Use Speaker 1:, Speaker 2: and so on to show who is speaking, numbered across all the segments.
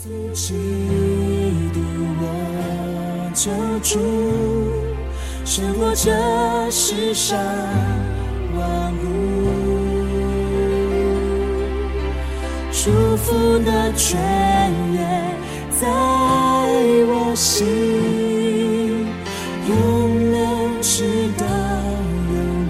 Speaker 1: 基督我救主，胜过这世上万物，祝福的泉源在我心，永流直到永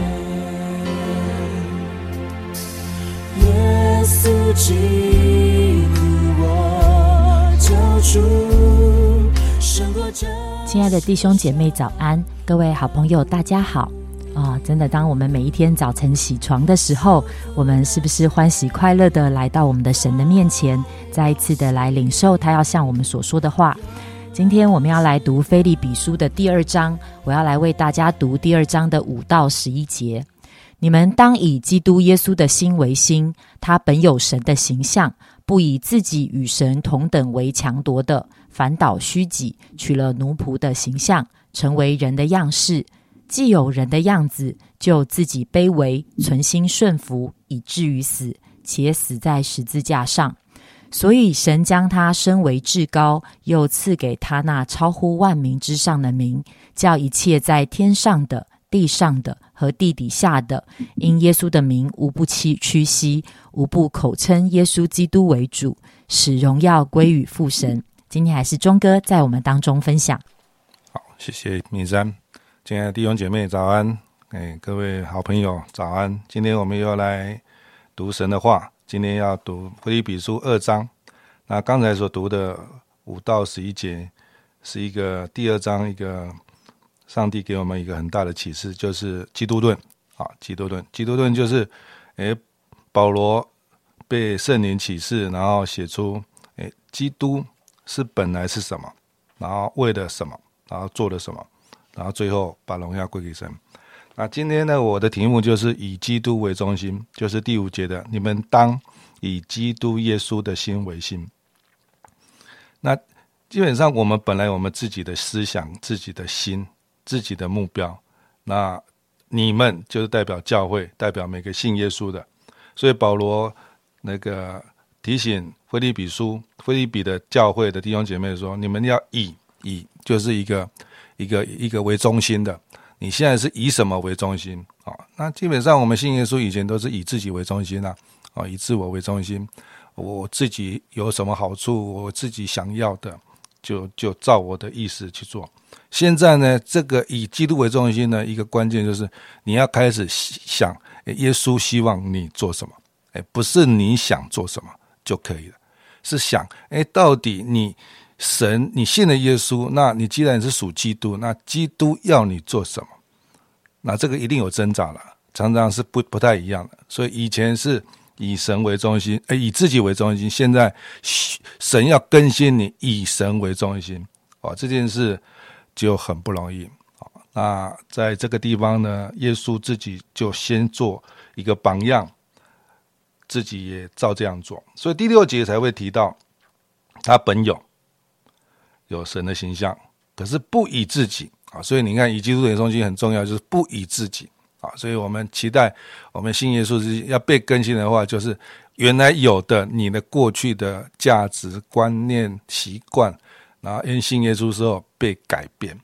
Speaker 1: 远。耶稣基督我救主，胜过这。
Speaker 2: 亲爱的弟兄姐妹早安，各位好朋友大家好真的当我们每一天早晨起床的时候，我们是不是欢喜快乐的来到我们的神的面前，再一次的来领受他要向我们所说的话。今天我们要来读腓立比书的第2章，我要来为大家读第2章的5到11节。你们当以基督耶稣的心为心，他本有神的形象，不以自己与神同等为强夺的，反倒虚己，取了奴仆的形象，成为人的样式。既有人的样子，就自己卑微，存心顺服，以至于死，且死在十字架上。所以神将他升为至高，又赐给他那超乎万民之上的名，叫一切在天上的、地上的和地底下的，因耶稣的名无不屈膝，无不口称耶稣基督为主，使荣耀归于父神。今天还是钟哥在我们当中分享。
Speaker 3: 好，谢谢敏珊。亲爱的弟兄姐妹早安，各位好朋友早安。今天我们又来读神的话，今天要读腓立比书2章。那刚才所读的5到11节是一个第2章，一个上帝给我们一个很大的启示，就是基督论。基督论就是保罗被圣灵启示，然后写出基督是本来是什么，然后为了什么，然后做了什么，然后最后把荣耀归给神。那今天呢，我的题目就是以基督为中心，就是第5节的你们当以基督耶稣的心为心。那基本上我们本来我们自己的思想、自己的心、自己的目标，那你们就是代表教会，代表每个信耶稣的。所以保罗那个提醒腓立比的教会的弟兄姐妹说，你们要以就是一个为中心的。你现在是以什么为中心？那基本上我们信耶稣以前都是以自己为中心以自我为中心，我自己有什么好处，我自己想要的就照我的意思去做。现在呢，这个以基督为中心呢，一个关键就是你要开始想耶稣希望你做什么，不是你想做什么就可以了，是想到底你信了耶稣，那你既然是属基督，那基督要你做什么？那这个一定有挣扎了，常常是不太一样的。所以以前是以神为中心，以自己为中心，现在神要更新你以神为中心，这件事就很不容易。那在这个地方呢，耶稣自己就先做一个榜样，自己也照这样做。所以第6节才会提到他本有神的形象，可是不以自己所以你看以基督为中心很重要，就是不以自己所以我们期待我们信耶稣要被更新的话，就是原来有的你的过去的价值观念习惯，然后因信耶稣之后被改变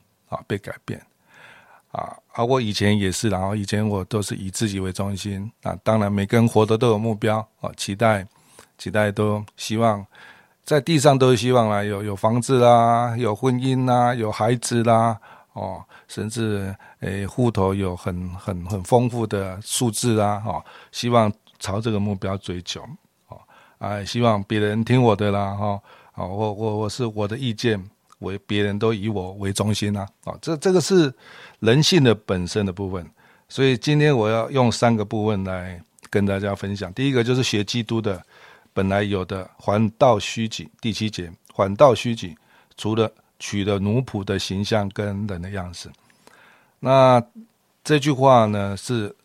Speaker 3: 我以前也是，然后以前我都是以自己为中心。当然每个人活得都有目标期待都希望在地上都希望啦，有房子啦，有婚姻啦，有孩子啦甚至户头有很丰富的数字啦希望朝这个目标追求希望别人听我的啦我是我的意见为别人都以我为中心这个是人性的本身的部分。所以今天我要用3个部分来跟大家分享。第一个就是学基督的本来有的还道虚己，第7节还道虚己，除了取了奴仆的形象跟人的样式。那这句话呢，是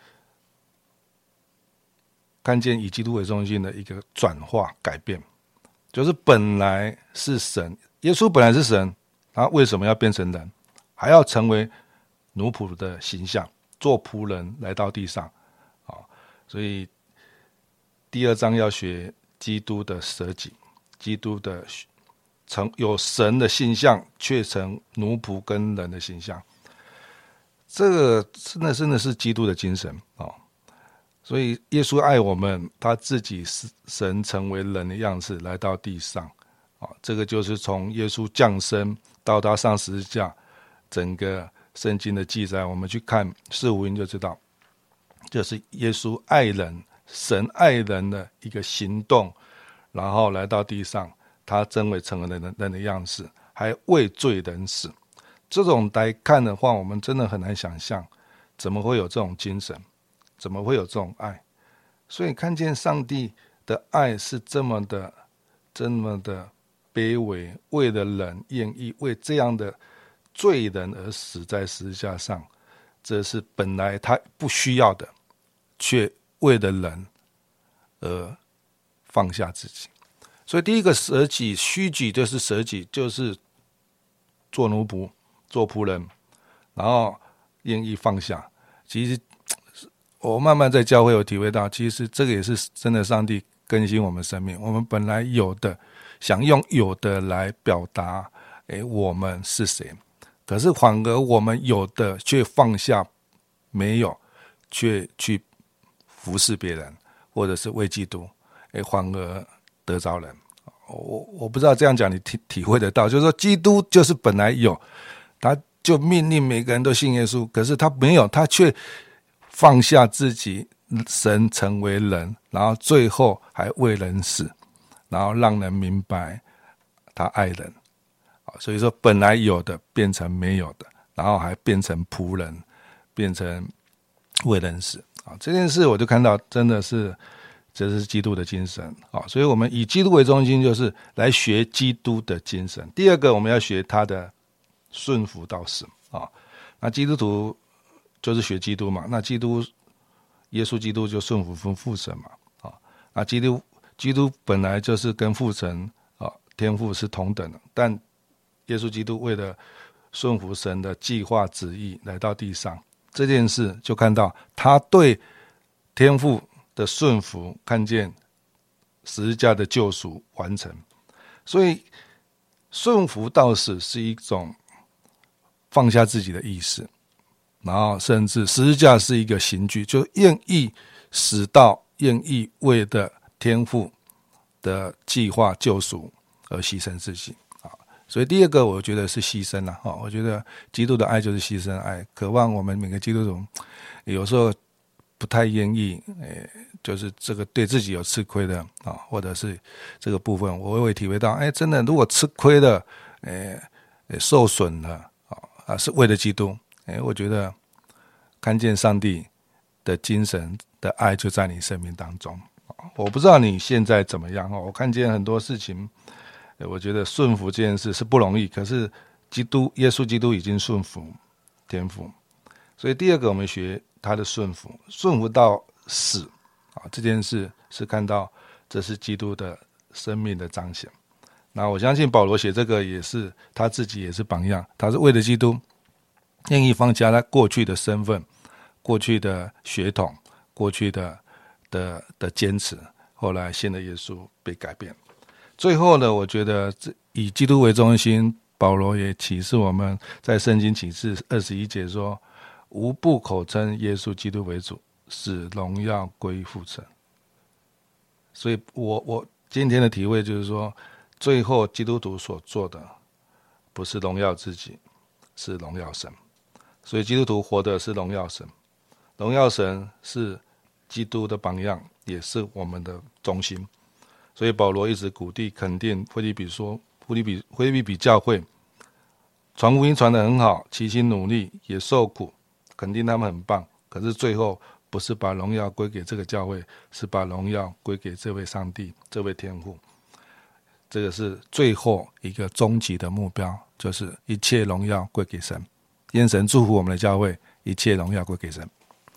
Speaker 3: 看见以基督为中心的一个转化改变，就是本来是神，耶稣本来是神，他为什么要变成人，还要成为奴仆的形象，做仆人来到地上所以第2章要学基督的舍己， 基督的有神的形象，却成奴仆跟人的形象。这个真的是基督的精神啊！所以耶稣爱我们，他自己是神成为人的样式来到地上啊！这个就是从耶稣降生到他上十字架，整个圣经的记载，我们去看四福音就知道，就是耶稣爱人，神爱人的一个行动，然后来到地上，他真为成为人的样式，还为罪人死。这种来看的话，我们真的很难想象，怎么会有这种精神，怎么会有这种爱。所以看见上帝的爱是这么的卑微，为了人愿意为这样的罪人而死在十字架上，这是本来他不需要的，却为了人而放下自己。所以第一个舍己，虚己就是舍己，就是做奴仆，做仆人，然后愿意放下。其实我慢慢在教会有体会到，其实这个也是真的上帝更新我们生命。我们本来有的，想用有的来表达我们是谁，可是反而我们有的却放下，没有却去服侍别人，或者是为基督反而得着人。我不知道这样讲你体会得到，就是说基督就是本来有，他就命令每个人都信耶稣，可是他没有，他却放下自己，神成为人，然后最后还为人死，然后让人明白他爱人。所以说本来有的变成没有的，然后还变成仆人，变成为人死。这件事我就看到真的是这是基督的精神。所以我们以基督为中心，就是来学基督的精神。第二个，我们要学他的顺服到死。那基督徒就是学基督嘛，那耶稣基督就顺服父神嘛。那基督本来就是跟父神天父是同等的，但耶稣基督为了顺服神的计划旨意来到地上，这件事就看到他对天父的顺服，看见十字架的救赎完成。所以顺服到死是一种放下自己的意识，然后甚至十字架是一个刑具，就愿意死到愿意为了天父的计划救赎而牺牲自己。所以第二个我觉得是牺牲啦。我觉得基督的爱就是牺牲爱，渴望我们每个基督徒有时候不太愿意就是这个对自己有吃亏的或者是这个部分我会体会到真的如果吃亏了受损了是为了基督，我觉得看见上帝的精神的爱就在你生命当中。我不知道你现在怎么样，我看见很多事情，我觉得顺服这件事是不容易，可是耶稣基督已经顺服天父。所以第二个我们学他的顺服到死这件事是看到这是基督的生命的彰显。那我相信保罗写这个也是他自己也是榜样，他是为了基督愿意放下他过去的身份、过去的血统、过去的坚持，后来信了耶稣被改变。最后呢，我觉得以基督为中心，保罗也启示我们在圣经启示21节说，无不口称耶稣基督为主，使荣耀归父神。所以我今天的体会就是说，最后基督徒所做的不是荣耀自己，是荣耀神。所以基督徒活的是荣耀神，荣耀神是基督的榜样，也是我们的中心。所以保罗一直鼓励肯定腓立比教会传福音传得很好，齐心努力也受苦，肯定他们很棒，可是最后不是把荣耀归给这个教会，是把荣耀归给这位上帝，这位天父。这个是最后一个终极的目标，就是一切荣耀归给神。愿神祝福我们的教会，一切荣耀归给神。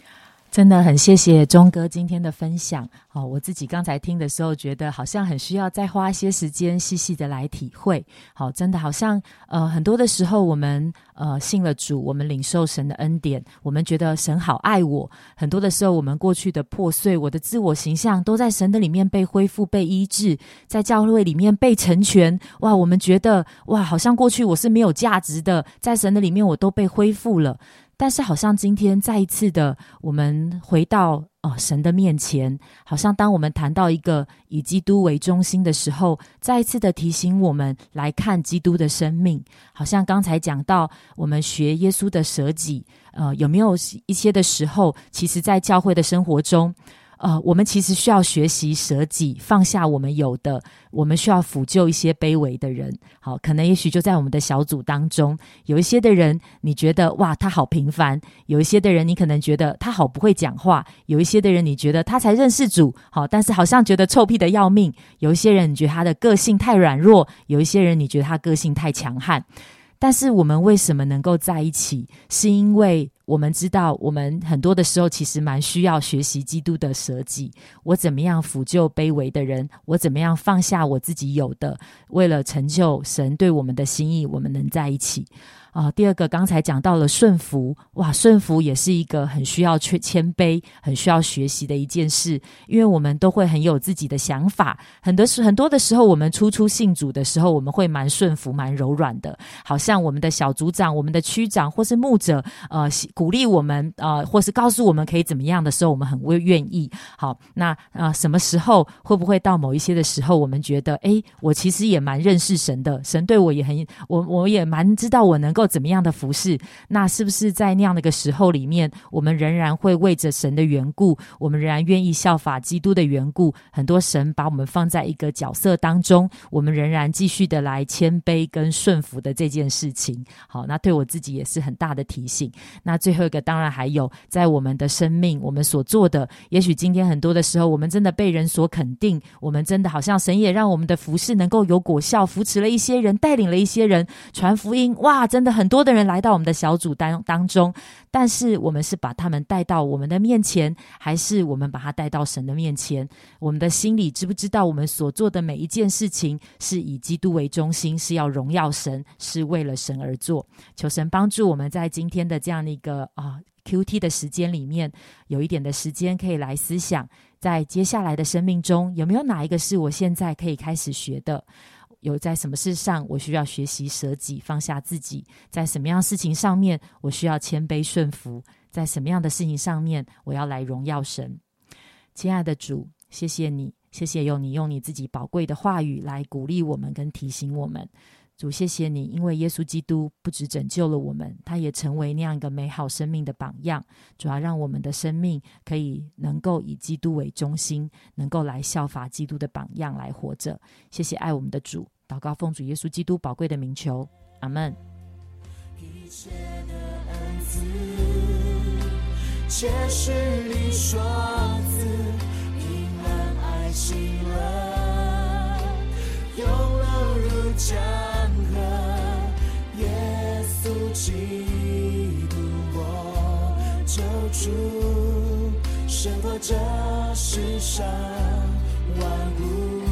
Speaker 2: 真的很谢谢钟哥今天的分享。我自己刚才听的时候觉得好像很需要再花一些时间细细的来体会。真的好像很多的时候我们信了主，我们领受神的恩典，我们觉得神好爱我，很多的时候我们过去的破碎，我的自我形象都在神的里面被恢复被医治，在教会里面被成全。哇，我们觉得哇好像过去我是没有价值的，在神的里面我都被恢复了。但是好像今天再一次的我们回到神的面前，好像当我们谈到一个以基督为中心的时候，再一次的提醒我们来看基督的生命。好像刚才讲到我们学耶稣的舍己，有没有一些的时候，其实在教会的生活中我们其实需要学习舍己，放下我们有的，我们需要抚救一些卑微的人。好，可能也许就在我们的小组当中，有一些的人你觉得哇他好平凡，有一些的人你可能觉得他好不会讲话，有一些的人你觉得他才认识主，好，但是好像觉得臭屁的要命，有一些人你觉得他的个性太软弱，有一些人你觉得他个性太强悍。但是我们为什么能够在一起，是因为我们知道我们很多的时候其实蛮需要学习基督的舍己，我怎么样抚救卑微的人，我怎么样放下我自己有的，为了成就神对我们的心意，我们能在一起。第二个刚才讲到了顺服，哇，顺服也是一个很需要谦卑，很需要学习的一件事，因为我们都会很有自己的想法，很多的时候我们初信主的时候，我们会蛮顺服蛮柔软的，好像我们的小组长，我们的区长或是牧者鼓励我们或是告诉我们可以怎么样的时候，我们很会愿意。好，那什么时候会不会到某一些的时候，我们觉得我其实也蛮认识神的，神对我也很我也蛮知道我能够怎么样的服侍，那是不是在那样的一个时候里面，我们仍然会为着神的缘故，我们仍然愿意效法基督的缘故，很多神把我们放在一个角色当中，我们仍然继续的来谦卑跟顺服的这件事情。好，那对我自己也是很大的提醒。那最后一个当然还有在我们的生命，我们所做的，也许今天很多的时候我们真的被人所肯定，我们真的好像神也让我们的服事能够有果效，扶持了一些人，带领了一些人传福音，哇，真的很多的人来到我们的小组当中，但是我们是把他们带到我们的面前，还是我们把他带到神的面前？我们的心里知不知道我们所做的每一件事情是以基督为中心，是要荣耀神，是为了神而做？求神帮助我们在今天的这样的一个QT 的时间里面，有一点的时间可以来思想，在接下来的生命中有没有哪一个是我现在可以开始学的，有在什么事上我需要学习舍己放下自己，在什么样的事情上面我需要谦卑顺服，在什么样的事情上面我要来荣耀神。亲爱的主，谢谢你，谢谢用你自己宝贵的话语来鼓励我们跟提醒我们。主，谢谢你，因为耶稣基督不只拯救了我们，他也成为那样一个美好生命的榜样。主要让我们的生命可以能够以基督为中心，能够来效法基督的榜样来活着。谢谢爱我们的主，祷告奉主耶稣基督宝贵的名求，阿们。
Speaker 1: 一切的恩赐皆是你所赐，平安爱喜乐，永流入江河，耶稣基督我救主，胜过这世上万物，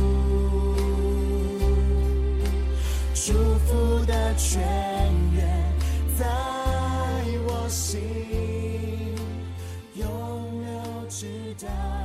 Speaker 1: 祝福的泉源在我心，永流直到